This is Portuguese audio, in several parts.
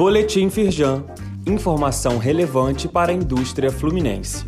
Boletim Firjan. Informação relevante para a indústria fluminense.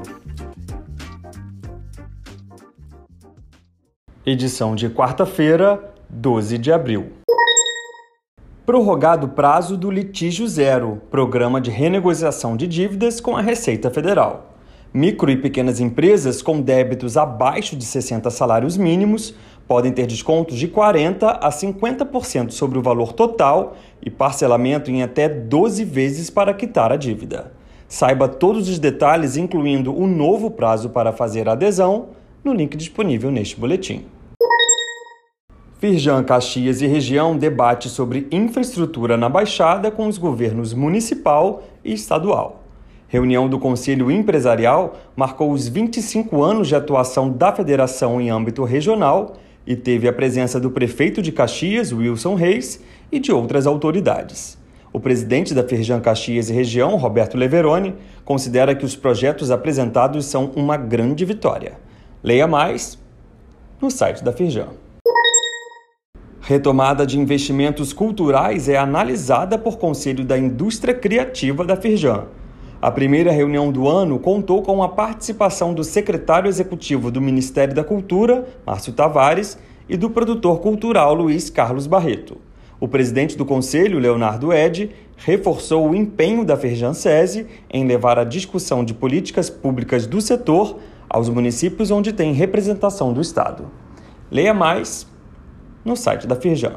Edição de quarta-feira, 12 de abril. Prorrogado prazo do Litígio Zero, programa de renegociação de dívidas com a Receita Federal. Micro e pequenas empresas com débitos abaixo de 60 salários mínimos podem ter descontos de 40% a 50% sobre o valor total e parcelamento em até 12 vezes para quitar a dívida. Saiba todos os detalhes, incluindo o novo prazo para fazer a adesão, no link disponível neste boletim. Firjan Caxias e região debate sobre infraestrutura na Baixada com os governos municipal e estadual. Reunião do Conselho Empresarial marcou os 25 anos de atuação da federação em âmbito regional e teve a presença do prefeito de Caxias, Wilson Reis, e de outras autoridades. O presidente da Firjan Caxias e região, Roberto Leveroni, considera que os projetos apresentados são uma grande vitória. Leia mais no site da Firjan. Retomada de investimentos culturais é analisada por Conselho da Indústria Criativa da Firjan. A primeira reunião do ano contou com a participação do secretário executivo do Ministério da Cultura, Márcio Tavares, e do produtor cultural Luiz Carlos Barreto. O presidente do Conselho, Leonardo Ed, reforçou o empenho da Firjan SESI em levar a discussão de políticas públicas do setor aos municípios onde tem representação do Estado. Leia mais no site da Firjan.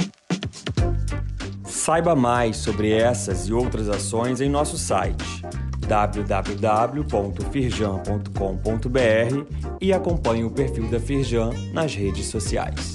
Saiba mais sobre essas e outras ações em nosso site www.firjan.com.br e acompanhe o perfil da Firjan nas redes sociais.